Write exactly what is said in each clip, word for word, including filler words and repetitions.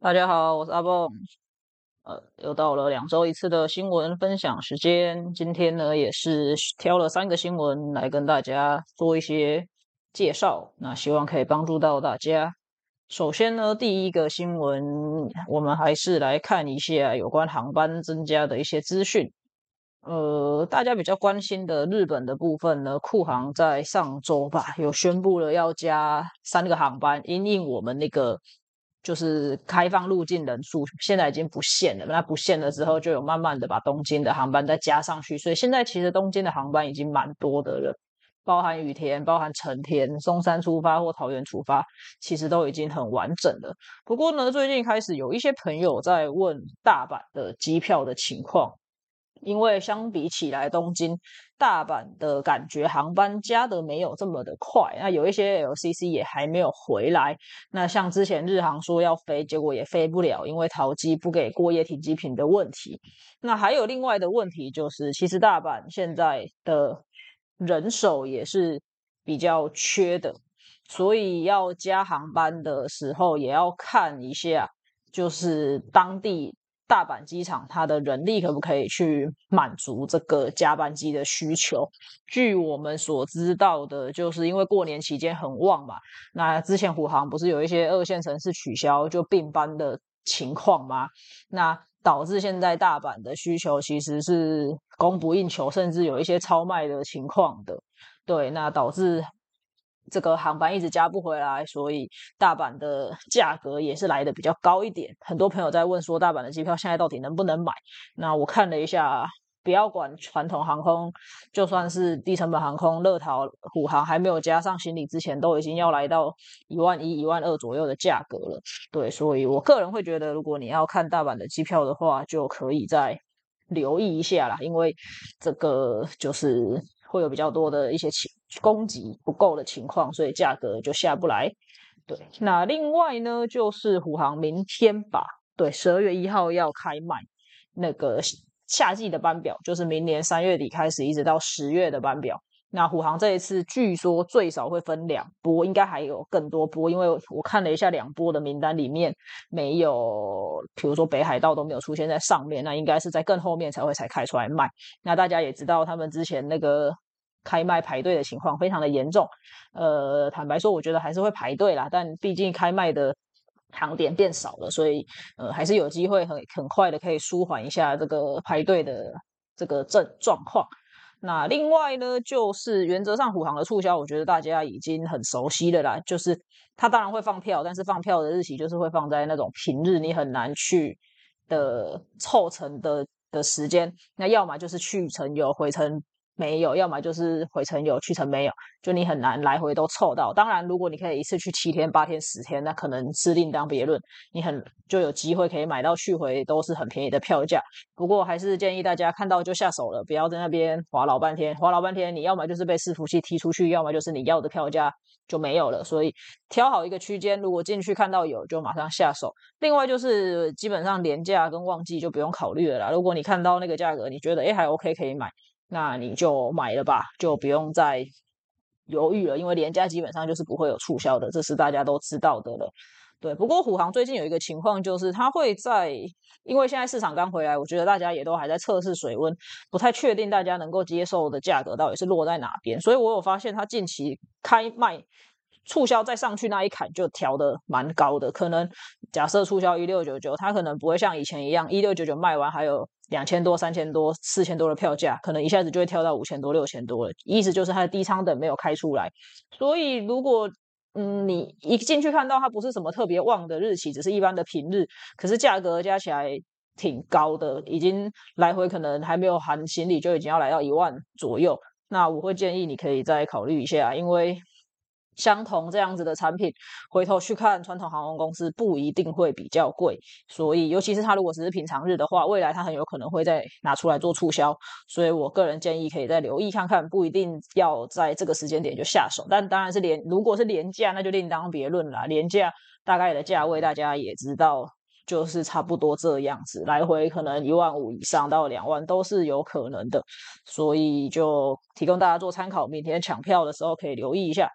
大家好，我是阿蹦。呃，又到了两周一次的新闻分享时间。今天呢，也是挑了三个新闻来跟大家做一些介绍，那希望可以帮助到大家。首先呢，第一个新闻，我们还是来看一下有关航班增加的一些资讯。呃，大家比较关心的日本的部分呢，库航在上周吧，有宣布了要加三个航班，因应我们那个就是开放入境人数，现在已经不限了。那不限了之后，就有慢慢的把东京的航班再加上去，所以现在其实东京的航班已经蛮多的了，包含羽田、包含成田、松山出发或桃园出发，其实都已经很完整了。不过呢，最近开始有一些朋友在问大阪的机票的情况。因为相比起来，东京、大阪的感觉航班加的没有这么的快，那有一些 L C C 也还没有回来。那像之前日航说要飞，结果也飞不了，因为桃机不给过夜停机坪的问题。那还有另外的问题就是，其实大阪现在的人手也是比较缺的，所以要加航班的时候也要看一下，就是当地。大阪机场它的人力可不可以去满足这个加班机的需求？据我们所知道的，就是因为过年期间很旺嘛，那之前虎航不是有一些二线城市取消就并班的情况吗？那导致现在大阪的需求其实是供不应求，甚至有一些超卖的情况的。对，那导致这个航班一直加不回来，所以大阪的价格也是来的比较高一点。很多朋友在问说，大阪的机票现在到底能不能买？那我看了一下，不要管传统航空，就算是低成本航空、乐桃、虎航还没有加上行李之前，都已经要来到一万一、一万二左右的价格了。对，所以我个人会觉得，如果你要看大阪的机票的话，就可以再留意一下啦，因为这个就是会有比较多的一些供给不够的情况，所以价格就下不来。对，那另外呢，就是虎航明天吧，对，十二月一号要开卖那个夏季的班表，就是明年三月底开始一直到十月的班表。那虎航这一次据说最少会分两波，应该还有更多波，因为我看了一下两波的名单里面没有，比如说北海道都没有出现在上面，那应该是在更后面才会才开出来卖。那大家也知道他们之前那个开卖排队的情况非常的严重，呃，坦白说我觉得还是会排队啦，但毕竟开卖的航点变少了，所以呃还是有机会很很快的可以舒缓一下这个排队的这个症状况。那另外呢，就是原则上虎航的促销，我觉得大家已经很熟悉了啦。就是它当然会放票，但是放票的日期就是会放在那种平日你很难去的凑成的的时间。那要么就是去程有，回程没有，要么就是回程有，去程没有，就你很难来回都凑到。当然，如果你可以一次去七天、八天、十天，那可能是另当别论，你很就有机会可以买到去回都是很便宜的票价。不过还是建议大家看到就下手了，不要在那边滑老半天，滑老半天，你要么就是被伺服器踢出去，要么就是你要的票价就没有了。所以挑好一个区间，如果进去看到有，就马上下手。另外就是基本上廉价跟旺季就不用考虑了啦。如果你看到那个价格，你觉得诶还 OK 可以买。那你就买了吧，就不用再犹豫了，因为廉价基本上就是不会有促销的，这是大家都知道的了。对，不过虎航最近有一个情况，就是它会在，因为现在市场刚回来，我觉得大家也都还在测试水温，不太确定大家能够接受的价格到底是落在哪边，所以我有发现它近期开卖促销再上去那一坎就调的蛮高的，可能假设促销一六九九，它可能不会像以前一样一六九九卖完还有两千多、三千多、四千多的票价，可能一下子就会跳到五千多、六千多了。意思就是它的低舱等没有开出来，所以如果嗯你一进去看到它不是什么特别旺的日期，只是一般的平日，可是价格加起来挺高的，已经来回可能还没有含行李就已经要来到一万左右。那我会建议你可以再考虑一下，因为相同这样子的产品，回头去看传统航空公司不一定会比较贵，所以尤其是它如果只是平常日的话，未来它很有可能会再拿出来做促销，所以我个人建议可以再留意看看，不一定要在这个时间点就下手，但当然是廉，如果是廉价那就另当别论啦，廉价大概的价位大家也知道。就是差不多这样子，来回可能一万五以上到两万都是有可能的，所以就提供大家做参考，明天抢票的时候可以留意一下。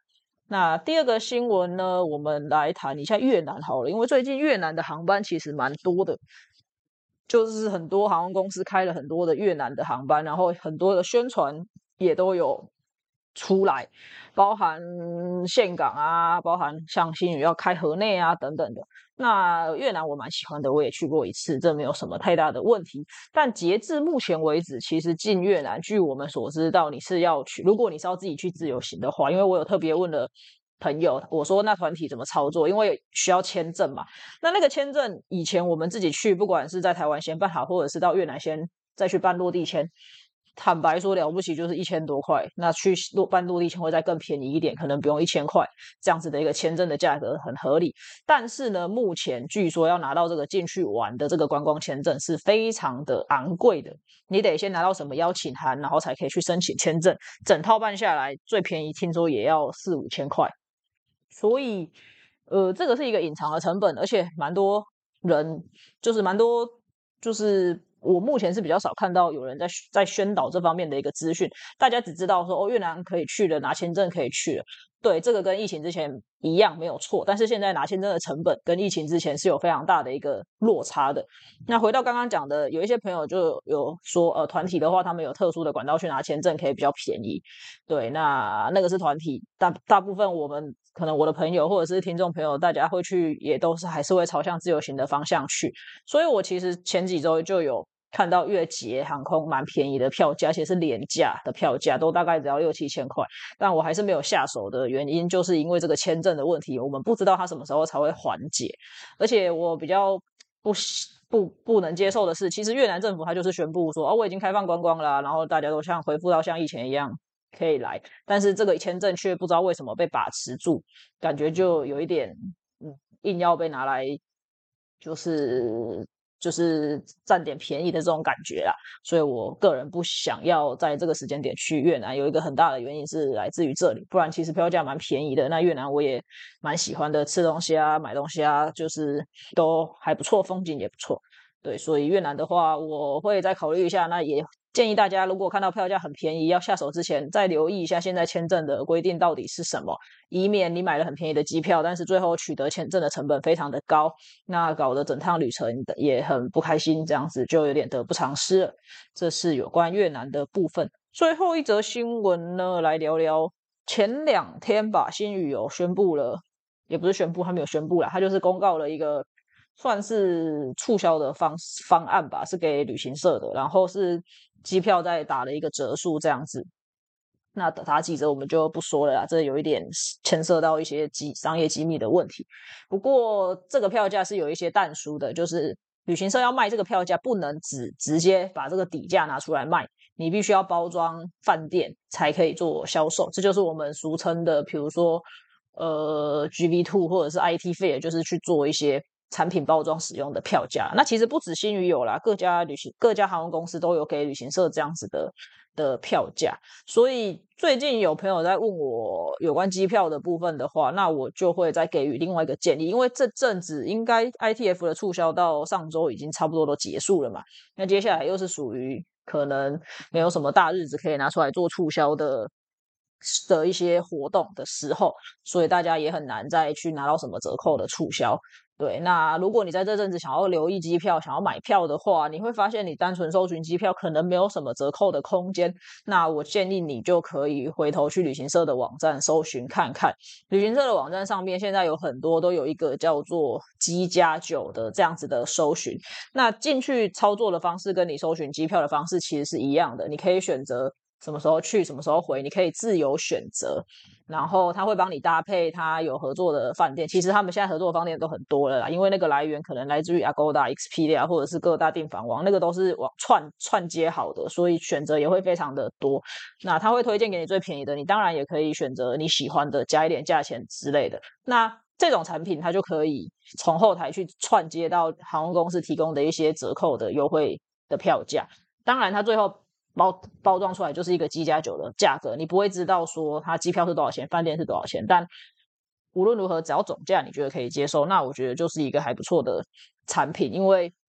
那第二个新闻呢，我们来谈一下越南好了，因为最近越南的航班其实蛮多的，就是很多航空公司开了很多的越南的航班，然后很多的宣传也都有出来，包含岘港啊，包含像新宇要开河内啊等等的。那越南我蛮喜欢的，我也去过一次，这没有什么太大的问题。但截至目前为止，其实进越南，据我们所知道，你是要去，如果你是要自己去自由行的话，因为我有特别问了朋友，我说那团体怎么操作？因为需要签证嘛。那那个签证以前我们自己去，不管是在台湾先办好，或者是到越南先再去办落地签，坦白说了不起就是一千多块。那去落办落地签会再更便宜一点，可能不用一千块，这样子的一个签证的价格很合理。但是呢，目前据说要拿到这个进去玩的这个观光签证是非常的昂贵的，你得先拿到什么邀请函，然后才可以去申请签证。整套办下来最便宜听说也要四五千块。所以，呃，这个是一个隐藏的成本，而且蛮多人就是蛮多，就是我目前是比较少看到有人在在宣导这方面的一个资讯，大家只知道说哦，越南可以去了，拿签证可以去了。对，这个跟疫情之前一样没有错，但是现在拿签证的成本跟疫情之前是有非常大的一个落差的。那回到刚刚讲的，有一些朋友就有说，呃，团体的话，他们有特殊的管道去拿签证，可以比较便宜。对，那那个是团体，大大部分我们可能我的朋友或者是听众朋友，大家会去也都是还是会朝向自由行的方向去。所以我其实前几周就有看到越捷航空蛮便宜的票价，而且是廉价的票价，都大概只要六七千块。但我还是没有下手的原因，就是因为这个签证的问题，我们不知道它什么时候才会缓解。而且我比较不不不能接受的是，其实越南政府它就是宣布说，哦，我已经开放观光啦，然后大家都像恢复到像以前一样可以来，但是这个签证却不知道为什么被把持住，感觉就有一点，嗯，硬要被拿来，就是就是占点便宜的这种感觉啦。所以我个人不想要在这个时间点去越南，有一个很大的原因是来自于这里，不然其实票价蛮便宜的。那越南我也蛮喜欢的，吃东西啊、买东西啊，就是都还不错，风景也不错。对，所以越南的话，我会再考虑一下。那也建议大家，如果看到票价很便宜，要下手之前再留意一下现在签证的规定到底是什么，以免你买了很便宜的机票，但是最后取得签证的成本非常的高，那搞得整趟旅程也很不开心，这样子就有点得不偿失了。这是有关越南的部分。最后一则新闻呢，来聊聊前两天吧，新宇有宣布了，也不是宣布，他没有宣布啦，他就是公告了一个算是促销的方方案吧，是给旅行社的，然后是机票再打了一个折数这样子。那打几折我们就不说了啦，这有一点牵涉到一些机商业机密的问题。不过这个票价是有一些但书的，就是旅行社要卖这个票价，不能只直接把这个底价拿出来卖，你必须要包装饭店才可以做销售。这就是我们俗称的，比如说呃 G V 二 或者是 I T 费，就是去做一些产品包装使用的票价。那其实不止新宇有啦，各家旅行各家航空公司都有给旅行社这样子的的票价。所以最近有朋友在问我有关机票的部分的话，那我就会再给予另外一个建议，因为这阵子应该 I T F 的促销到上周已经差不多都结束了嘛，那接下来又是属于可能没有什么大日子可以拿出来做促销的的一些活动的时候，所以大家也很难再去拿到什么折扣的促销。对，那如果你在这阵子想要留意机票、想要买票的话，你会发现你单纯搜寻机票可能没有什么折扣的空间。那我建议你就可以回头去旅行社的网站搜寻看看。旅行社的网站上面现在有很多都有一个叫做机加九的这样子的搜寻。那进去操作的方式跟你搜寻机票的方式其实是一样的，你可以选择什么时候去，什么时候回，你可以自由选择。然后他会帮你搭配他有合作的饭店，其实他们现在合作的饭店都很多了啦，因为那个来源可能来自于 Agoda、Expedia 或者是各大订房网，那个都是网串串接好的，所以选择也会非常的多。那他会推荐给你最便宜的，你当然也可以选择你喜欢的，加一点价钱之类的。那这种产品它就可以从后台去串接到航空公司提供的一些折扣的优惠的票价，当然它最后包包装出来就是一个机加九的价格，你不会知道说它机票是多少钱，饭店是多少钱，但无论如何只要总价你觉得可以接受，那我觉得就是一个还不错的产品。因为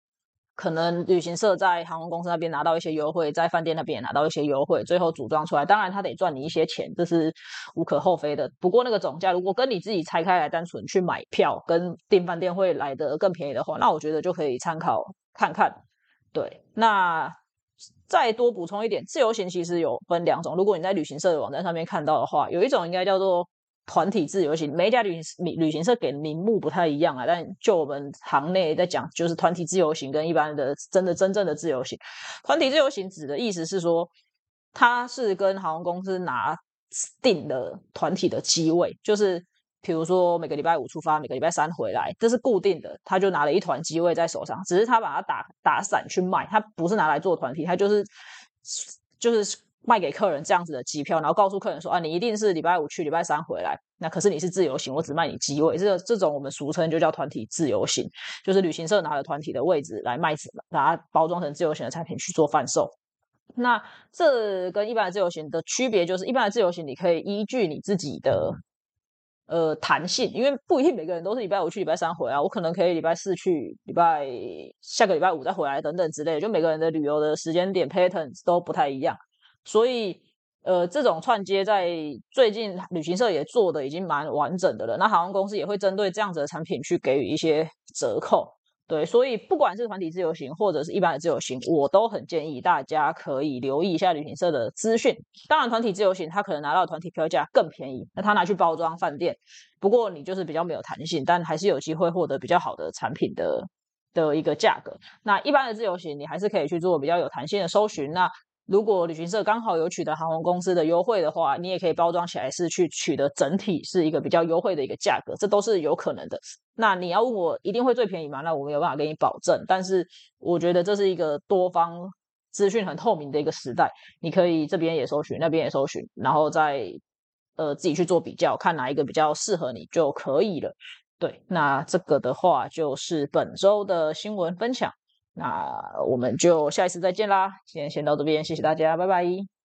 可能旅行社在航空公司那边拿到一些优惠，在饭店那边也拿到一些优惠，最后组装出来，当然他得赚你一些钱，这是无可厚非的。不过那个总价如果跟你自己拆开来单纯去买票，跟订饭店会来得更便宜的话，那我觉得就可以参考看看。对，那再多补充一点，自由行其实有分两种。如果你在旅行社的网站上面看到的话，有一种应该叫做团体自由行，每一家旅行旅行社给的名目不太一样啊。但就我们行内在讲，就是团体自由行跟一般的真的真正的自由行。团体自由行指的意思是说，它是跟航空公司拿定的团体的机位，就是比如说每个礼拜五出发，每个礼拜三回来，这是固定的，他就拿了一团机位在手上，只是他把它打打散去卖，他不是拿来做团体，他就是就是卖给客人这样子的机票，然后告诉客人说啊，你一定是礼拜五去，礼拜三回来，那可是你是自由行，我只卖你机位，这这种我们俗称就叫团体自由行，就是旅行社拿了团体的位置来卖，把它包装成自由行的产品去做贩售。那这跟一般的自由行的区别就是，一般的自由行你可以依据你自己的呃弹性，因为不一定每个人都是礼拜五去，礼拜三回来，我可能可以礼拜四去，礼拜下个礼拜五再回来等等之类的，就每个人的旅游的时间点 patterns 都不太一样，所以呃这种串接在最近旅行社也做的已经蛮完整的了，那航空公司也会针对这样子的产品去给予一些折扣。对，所以不管是团体自由行或者是一般的自由行，我都很建议大家可以留意一下旅行社的资讯。当然，团体自由行他可能拿到的团体票价更便宜，那他拿去包装饭店，不过你就是比较没有弹性，但还是有机会获得比较好的产品的的一个价格。那一般的自由行你还是可以去做比较有弹性的搜寻。那如果旅行社刚好有取得航空公司的优惠的话，你也可以包装起来是去取得整体是一个比较优惠的一个价格，这都是有可能的。那你要问我一定会最便宜吗？那我没有办法给你保证，但是我觉得这是一个多方资讯很透明的一个时代，你可以这边也搜寻，那边也搜寻，然后再呃自己去做比较，看哪一个比较适合你就可以了。对，那这个的话就是本周的新闻分享。那我们就下一次再见啦！今天先到这边，谢谢大家，拜拜。